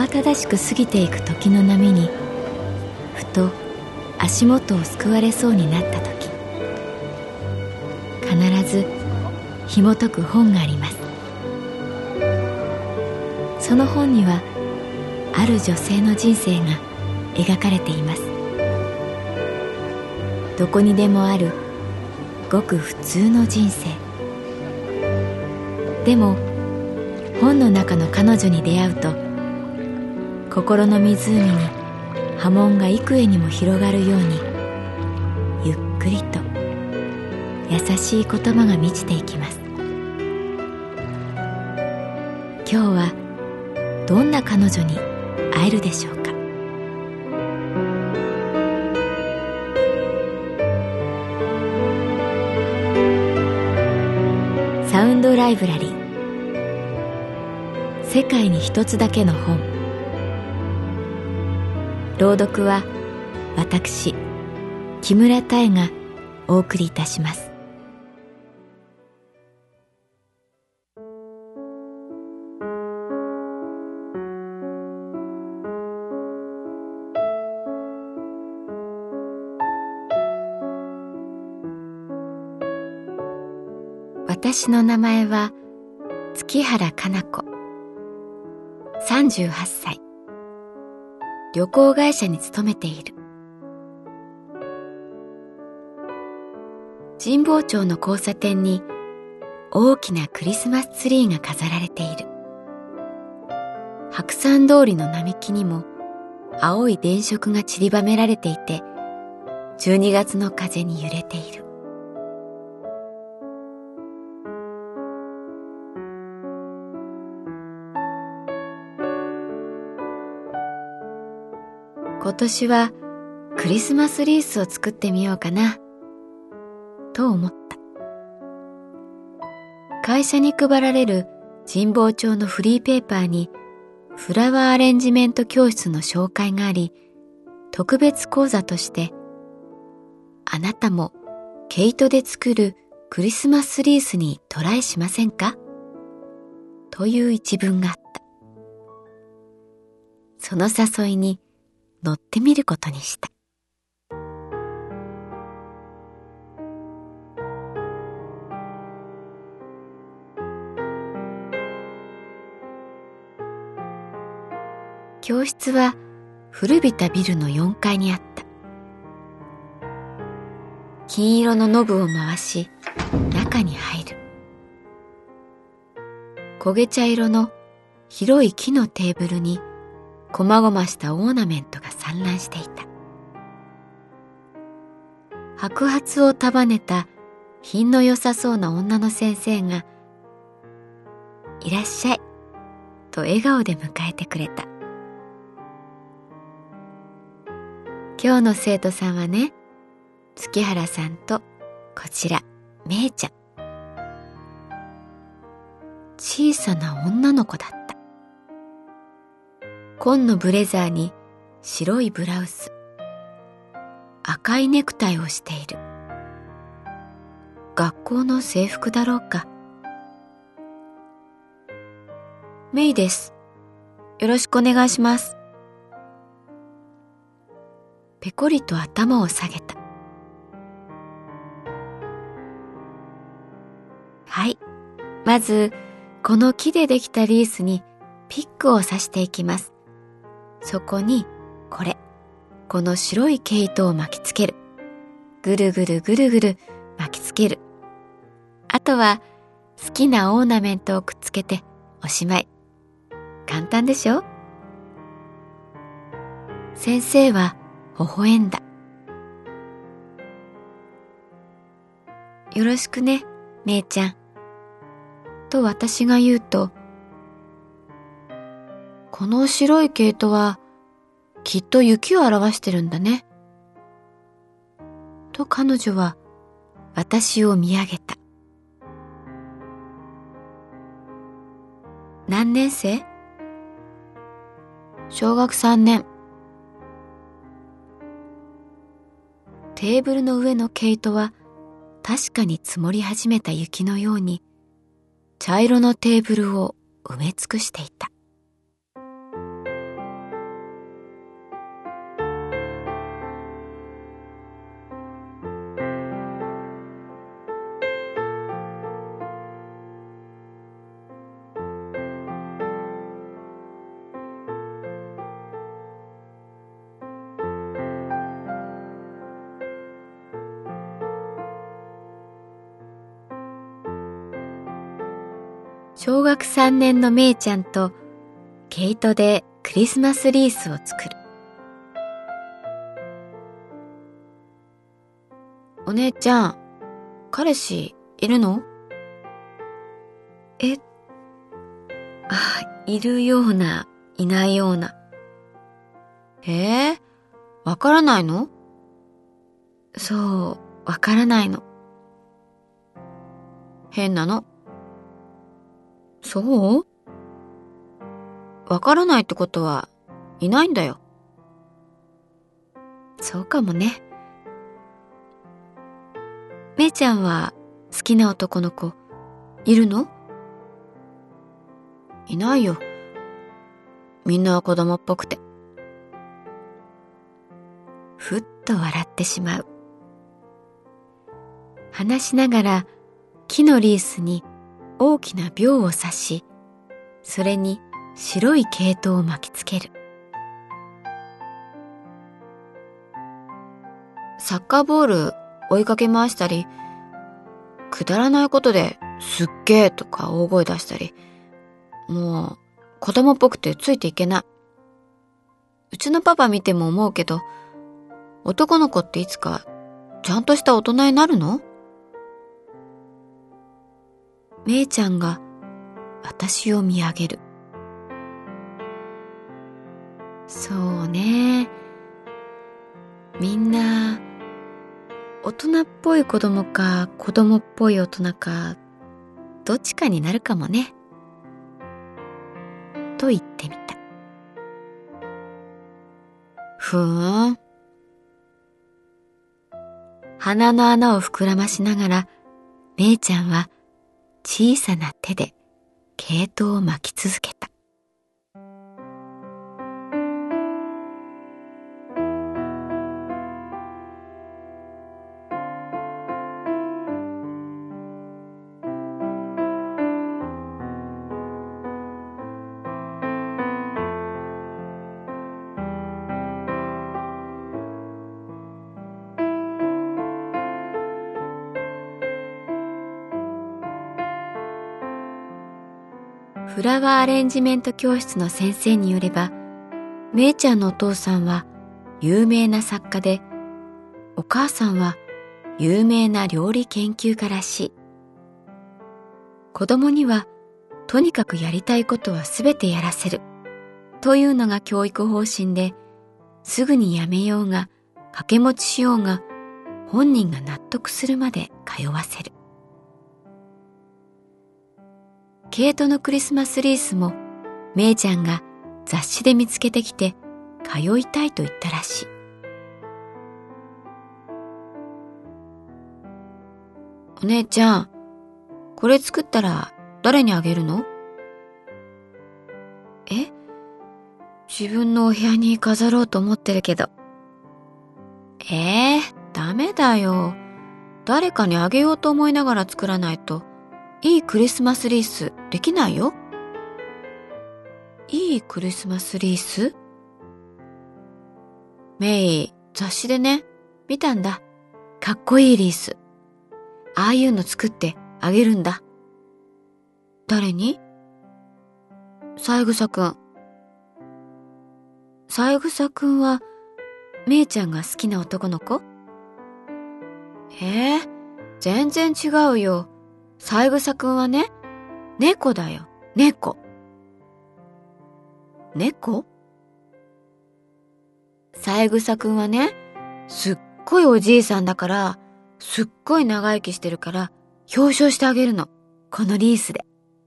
慌ただしく過ぎていく時の波にふと足元をすくわれそうになった時、必ず紐解く本があります。その本にはある女性の人生が描かれています。どこにでもあるごく普通の人生。でも本の中の彼女に出会うと、心の湖に波紋が幾重にも広がるように、ゆっくりと優しい言葉が満ちていきます。今日はどんな彼女に会えるでしょうか。サウンドライブラリー、世界に一つだけの本。朗読は私木村多江がお送りいたします。私の名前は月原かな子、38歳、旅行会社に勤めている。神保町の交差点に大きなクリスマスツリーが飾られている。白山通りの並木にも青い電飾が散りばめられていて、12月の風に揺れている。今年はクリスマスリースを作ってみようかなと思った。会社に配られる神保町のフリーペーパーにフラワーアレンジメント教室の紹介があり、特別講座としてあなたも毛糸で作るクリスマスリースにトライしませんかという一文があった。その誘いに乗ってみることにした。教室は古びたビルの4階にあった。金色のノブを回し中に入る。焦げ茶色の広い木のテーブルにこまごましたオーナメントが散乱していた。白髪を束ねた品の良さそうな女の先生が「いらっしゃい」と笑顔で迎えてくれた。今日の生徒さんはね、月原さんとこちらめいちゃん。小さな女の子だった。紺のブレザーに白いブラウス、赤いネクタイをしている。学校の制服だろうか。メイです。よろしくお願いします。ペコリと頭を下げた。はい、まずこの木でできたリースにピックを刺していきます。そこにこの白い毛糸を巻きつける。ぐるぐるぐるぐる巻きつける。あとは好きなオーナメントをくっつけておしまい。簡単でしょ？先生は微笑んだ。よろしくね、めいちゃん。と私が言うと、この白い毛糸はきっと雪を表してるんだね。と彼女は私を見上げた。何年生？小学3年。テーブルの上の毛糸は確かに積もり始めた雪のように茶色のテーブルを埋め尽くしていた。 小学3年のめいちゃんと毛糸でクリスマスリースを作る。お姉ちゃん、彼氏いるの？いるような、いないような。わからないの？そう、わからないの。変なの。そう？わからないってことはいないんだよ。そうかもね。めいちゃんは好きな男の子いるの？いないよ。みんな子供っぽくて。ふっと笑ってしまう。話しながら木のリースに大きな鋲を刺し、それに白い毛糸を巻きつける。サッカーボール追いかけ回したり、くだらないことですっげーとか大声出したり、もう子供っぽくてついていけない。うちのパパ見ても思うけど、男の子っていつかちゃんとした大人になるの？めいちゃんが私を見上げる。そうね。みんな大人っぽい子供か子供っぽい大人かどっちかになるかもね。と言ってみた。ふーん。鼻の穴を膨らましながら、めいちゃんは小さな手で毛糸を巻き続けた。フラワーアレンジメント教室の先生によれば、めいちゃんのお父さんは有名な作家で、お母さんは有名な料理研究家らしい。子供にはとにかくやりたいことはすべてやらせるというのが教育方針で、すぐにやめようが掛け持ちしようが本人が納得するまで通わせる。毛糸のクリスマスリースもめいちゃんが雑誌で見つけてきて通いたいと言ったらしい。お姉ちゃん、これ作ったら誰にあげるの？自分のお部屋に飾ろうと思ってるけど。ダメだよ。誰かにあげようと思いながら作らないといいクリスマスリースできないよ。いいクリスマスリース？メイ、雑誌でね、見たんだ。かっこいいリース。ああいうの作ってあげるんだ。誰に？三枝くん。三枝くんは、めいちゃんが好きな男の子？全然違うよ。三枝くんはね、猫だよ、猫。猫？三枝くんはね、すっごいおじいさんだから、すっごい長生きしてるから、表彰してあげるの。このリースで。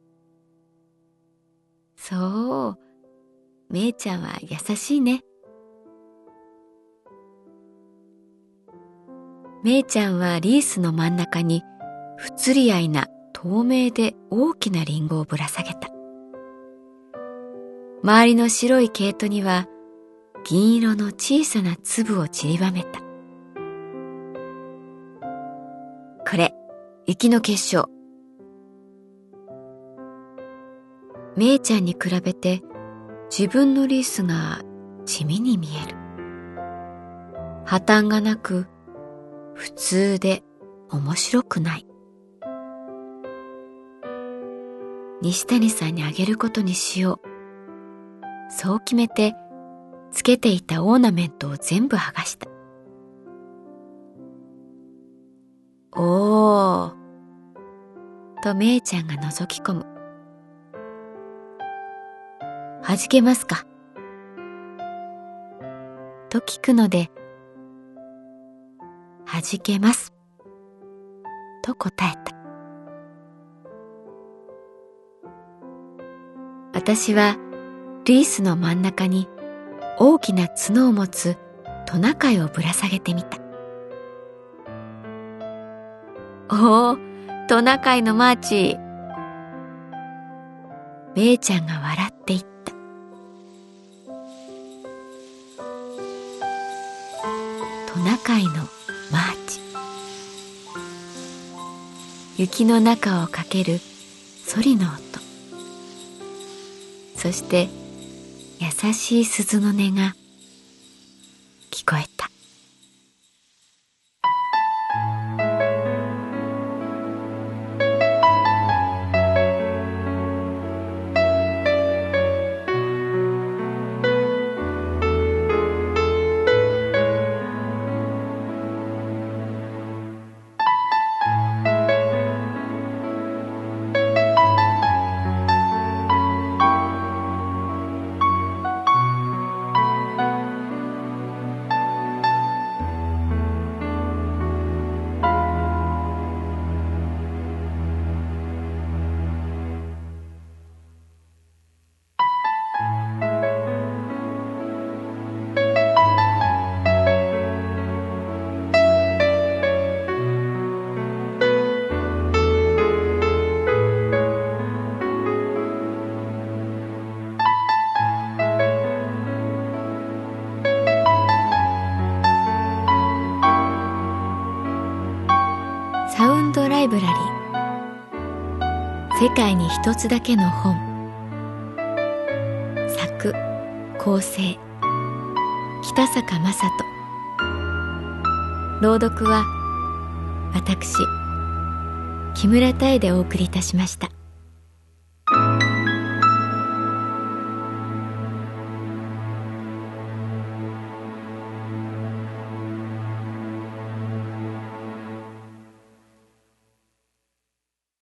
そう。めいちゃんは優しいね。めいちゃんはリースの真ん中に不釣り合いな透明で大きなリンゴをぶら下げた。周りの白い毛糸には銀色の小さな粒を散りばめた。これ、雪の結晶。めいちゃんに比べて自分のリースが地味に見える。破綻がなく普通で面白くない。 西谷さんにあげることにしよう。そう決めて、つけていたオーナメントを全部剥がした。おー、とめいちゃんが覗き込む。はじけますかと聞くので、はじけます。と答えた。私はリースの真ん中に大きな角を持つトナカイをぶら下げてみた。おお、トナカイのマーチ。めいちゃんが笑って言った。トナカイのマーチ。雪の中をかけるソリの音。そして優しい鈴の音が聞こえた。サウンドライブラリー。世界に一つだけの本。作・構成北坂雅人。朗読は私木村多江でお送りいたしました。